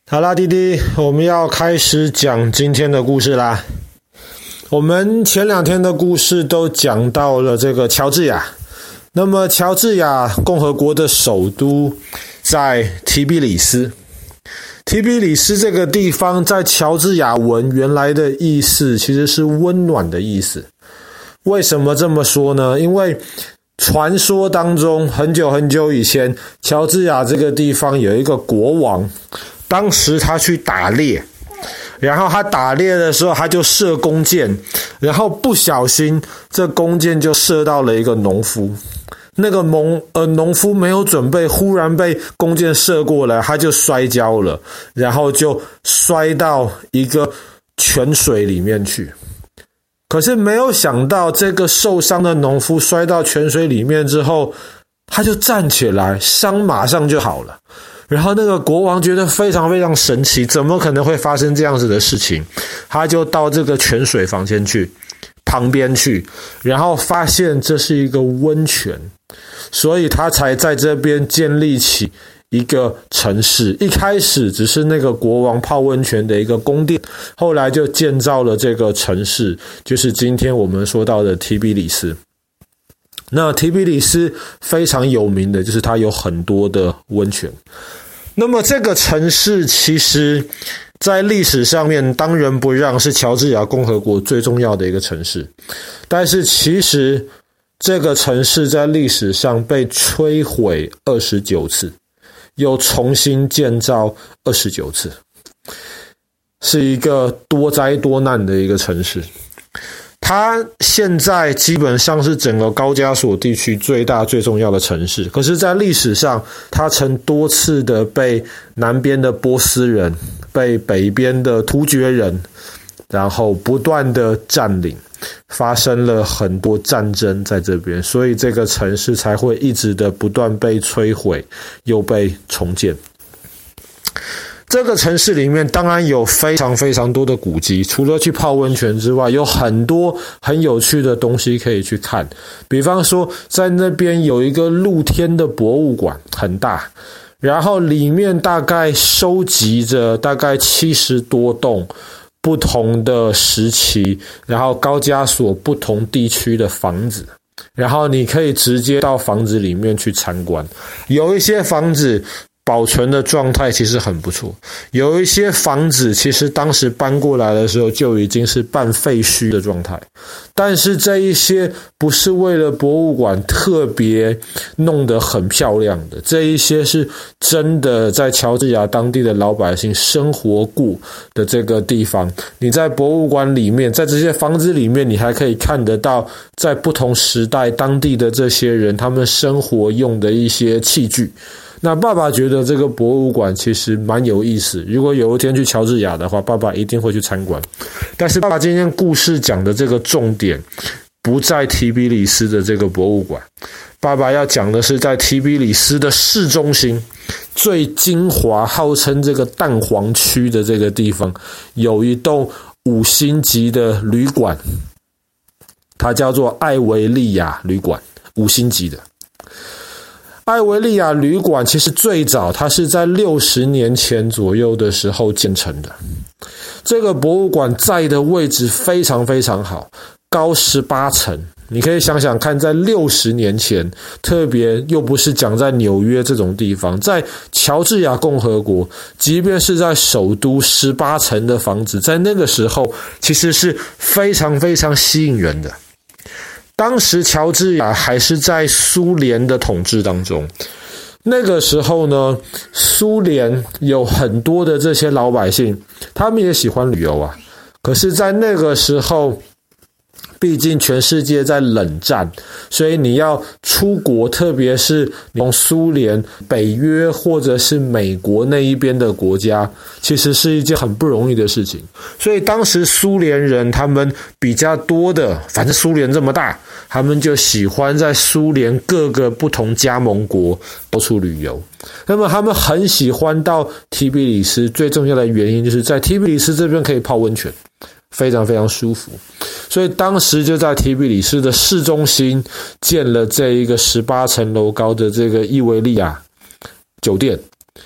好啦，弟弟，我们要开始讲今天的故事啦。我们前2天的故事都讲到了这个乔治亚。那么乔治亚共和国的首都在提比里斯。提比里斯这个地方在乔治亚文原来的意思其实是温暖的意思。为什么这么说呢？因为传说当中很久很久以前，乔治亚这个地方有一个国王，当时他去打猎，然后他打猎的时候他就射弓箭，然后不小心这弓箭就射到了一个农夫。那个农夫没有准备，忽然被弓箭射过来，他就摔跤了，然后就摔到一个泉水里面去。可是没有想到，这个受伤的农夫摔到泉水里面之后，他就站起来，伤马上就好了。然后那个国王觉得非常非常神奇，怎么可能会发生这样子的事情？他就到这个泉水旁边去，然后发现这是一个温泉，所以他才在这边建立起一个城市。一开始只是那个国王泡温泉的一个宫殿，后来就建造了这个城市，就是今天我们说到的提比里斯。那提比里斯非常有名的就是它有很多的温泉。那么这个城市其实在历史上面当仁不让是乔治亚共和国最重要的一个城市，但是其实这个城市在历史上被摧毁29次，又重新建造29次，是一个多灾多难的一个城市。它现在基本上是整个高加索地区最大最重要的城市，可是在历史上它曾多次的被南边的波斯人，被北边的突厥人，然后不断的占领，发生了很多战争在这边，所以这个城市才会一直的不断被摧毁又被重建。这个城市里面当然有非常非常多的古迹，除了去泡温泉之外，有很多很有趣的东西可以去看。比方说在那边有一个露天的博物馆，很大，然后里面大概收集着大概70多栋不同的时期，然后高加索不同地区的房子，然后你可以直接到房子里面去参观。有一些房子保存的状态其实很不错，有一些房子其实当时搬过来的时候就已经是半废墟的状态，但是这一些不是为了博物馆特别弄得很漂亮的，这一些是真的在乔治亚当地的老百姓生活过的这个地方。你在博物馆里面，在这些房子里面，你还可以看得到在不同时代当地的这些人他们生活用的一些器具。那爸爸觉得这个博物馆其实蛮有意思，如果有一天去乔治亚的话，爸爸一定会去参观。但是爸爸今天故事讲的这个重点不在提比里斯的这个博物馆，爸爸要讲的是在提比里斯的市中心最精华，号称这个蛋黄区的这个地方，有一栋5星级的旅馆，它叫做艾维利亚旅馆，5星级的。艾维利亚旅馆其实最早它是在60年前左右的时候建成的。这个博物馆在的位置非常非常好，高18层。你可以想想看，在60年前，特别又不是讲在纽约这种地方，在乔治亚共和国，即便是在首都18层的房子，在那个时候其实是非常非常吸引人的。当时乔治亚还是在苏联的统治当中，那个时候呢，苏联有很多的这些老百姓，他们也喜欢旅游啊。可是在那个时候，毕竟全世界在冷战，所以你要出国，特别是从苏联、北约或者是美国那一边的国家，其实是一件很不容易的事情。所以当时苏联人他们比较多的，反正苏联这么大，他们就喜欢在苏联各个不同加盟国到处旅游。那么他们很喜欢到提比里斯，最重要的原因就是在提比里斯这边可以泡温泉，非常非常舒服。所以当时就在提比里斯的市中心建了这一个18层楼高的这个伊维利亚酒店。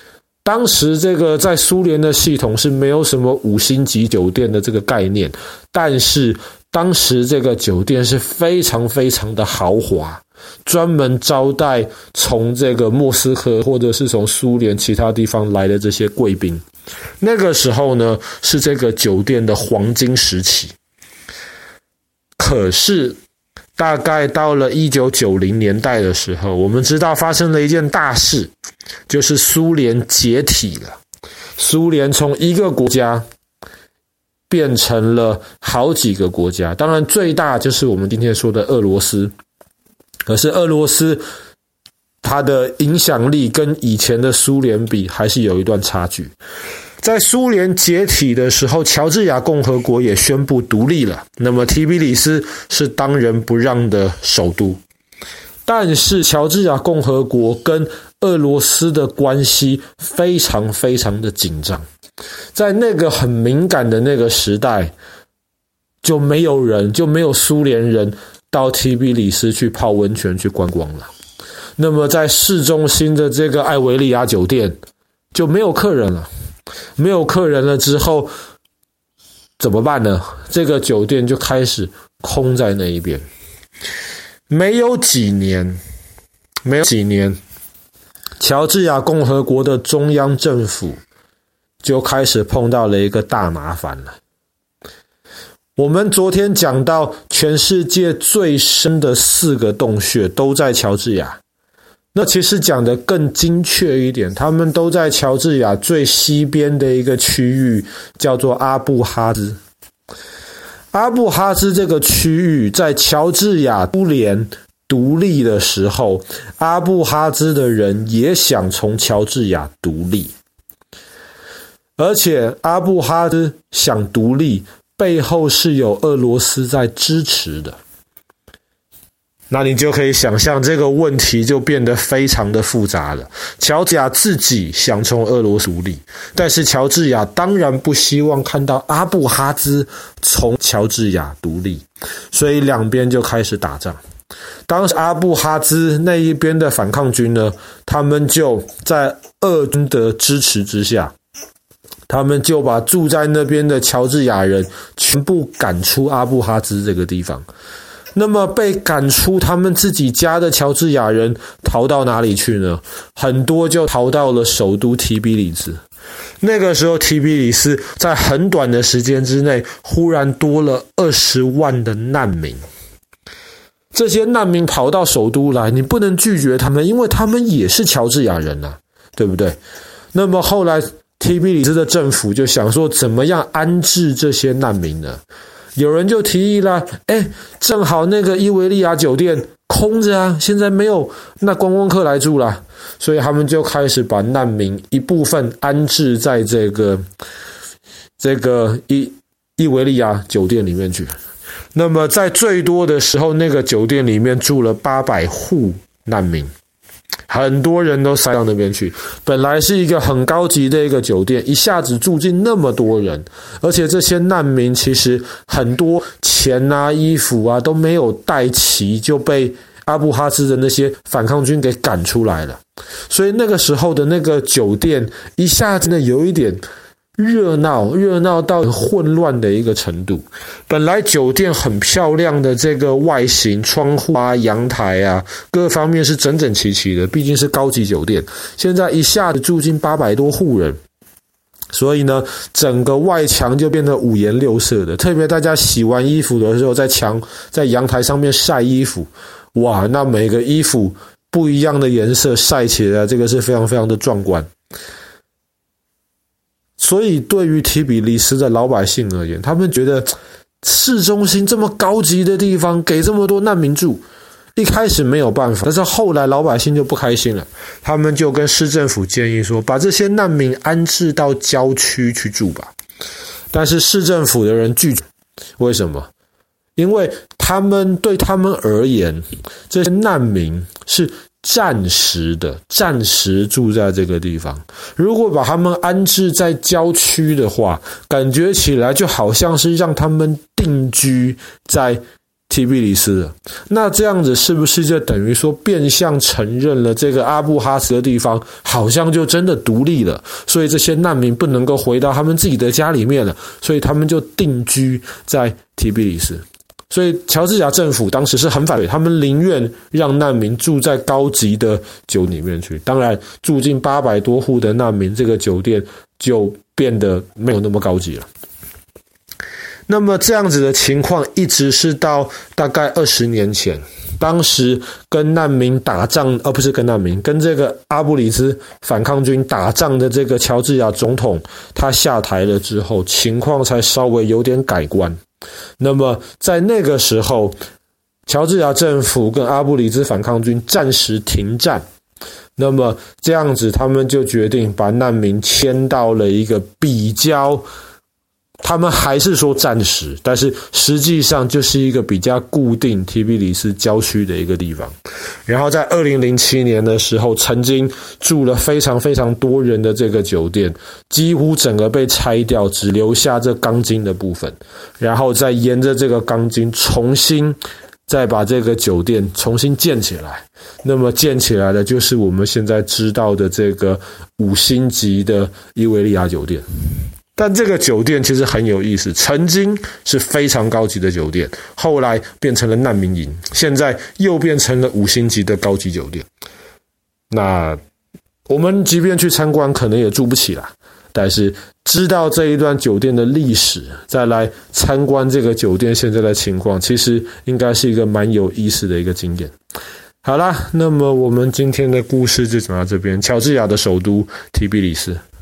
当时这个在苏联的系统是没有什么5星级酒店的这个概念，但是当时这个酒店是非常非常的豪华，专门招待从这个莫斯科或者是从苏联其他地方来的这些贵宾。那个时候呢，是这个酒店的黄金时期。可是大概到了1990年代的时候，我们知道发生了一件大事，就是苏联解体了。苏联从一个国家变成了好几个国家，当然最大就是我们今天说的俄罗斯。可是俄罗斯它的影响力跟以前的苏联比还是有一段差距。在苏联解体的时候，乔治亚共和国也宣布独立了，那么提比里斯是当仁不让的首都。但是乔治亚共和国跟俄罗斯的关系非常非常的紧张，在那个很敏感的那个时代，就没有苏联人到提比里斯去泡温泉去观光了。那么在市中心的这个艾维利亚酒店就没有客人了。没有客人了之后怎么办呢？这个酒店就开始空在那一边。没有几年，乔治亚共和国的中央政府就开始碰到了一个大麻烦了。我们昨天讲到全世界最深的4个洞穴都在乔治亚，那其实讲得更精确一点，他们都在乔治亚最西边的一个区域，叫做阿布哈兹。阿布哈兹这个区域在乔治亚苏联独立的时候，阿布哈兹的人也想从乔治亚独立，而且阿布哈兹想独立，背后是有俄罗斯在支持的。那你就可以想象这个问题就变得非常的复杂了。乔治亚自己想从俄罗斯独立，但是乔治亚当然不希望看到阿布哈兹从乔治亚独立，所以两边就开始打仗。当时阿布哈兹那一边的反抗军呢，他们就在俄军的支持之下，他们就把住在那边的乔治亚人全部赶出阿布哈兹这个地方。那么被赶出他们自己家的乔治亚人逃到哪里去呢？很多就逃到了首都提比里斯。那个时候提比里斯在很短的时间之内忽然多了20万的难民。这些难民跑到首都来，你不能拒绝他们，因为他们也是乔治亚人啊，对不对？那么后来提比里斯的政府就想说，怎么样安置这些难民呢？有人就提议了，正好那个伊维利亚酒店空着啊，现在没有那观光客来住了，所以他们就开始把难民一部分安置在这个伊维利亚酒店里面去。那么在最多的时候，那个酒店里面住了800户难民，很多人都塞到那边去。本来是一个很高级的一个酒店，一下子住进那么多人，而且这些难民其实很多钱啊、衣服啊都没有带齐，就被阿布哈兹的那些反抗军给赶出来了。所以那个时候的那个酒店一下子呢有一点热闹到混乱的一个程度。本来酒店很漂亮的这个外形，窗户啊、阳台啊，各方面是整整齐齐的，毕竟是高级酒店。现在一下子住进800多户人，所以呢，整个外墙就变得五颜六色的。特别大家洗完衣服的时候，在阳台上面晒衣服，哇，那每个衣服不一样的颜色晒起来，这个是非常非常的壮观。所以对于提比利斯的老百姓而言，他们觉得市中心这么高级的地方给这么多难民住，一开始没有办法，但是后来老百姓就不开心了，他们就跟市政府建议说，把这些难民安置到郊区去住吧。但是市政府的人拒绝，为什么？因为对他们而言，这些难民是暂时住在这个地方。如果把他们安置在郊区的话，感觉起来就好像是让他们定居在提比里斯了。那这样子是不是就等于说变相承认了这个阿布哈兹的地方好像就真的独立了？所以这些难民不能够回到他们自己的家里面了，所以他们就定居在提比里斯。所以乔治亚政府当时是很反对，他们宁愿让难民住在高级的酒里面去。当然住进800多户的难民，这个酒店就变得没有那么高级了。那么这样子的情况一直是到大概20年前，当时跟难民打仗，不是跟难民，跟这个阿布里兹反抗军打仗的这个乔治亚总统他下台了之后，情况才稍微有点改观。那么在那个时候，乔治亚政府跟阿布里兹反抗军暂时停战，那么这样子他们就决定把难民迁到了一个比较，他们还是说暂时，但是实际上就是一个比较固定提比里斯郊区的一个地方。然后在2007年的时候，曾经住了非常非常多人的这个酒店几乎整个被拆掉，只留下这钢筋的部分，然后再沿着这个钢筋重新再把这个酒店重新建起来。那么建起来的就是我们现在知道的这个5星级的伊维利亚酒店。但这个酒店其实很有意思，曾经是非常高级的酒店，后来变成了难民营，现在又变成了5星级的高级酒店。那我们即便去参观可能也住不起啦，但是知道这一段酒店的历史，再来参观这个酒店现在的情况，其实应该是一个蛮有意思的一个经验。好啦，那么我们今天的故事就讲到这边，乔治亚的首都提比里斯。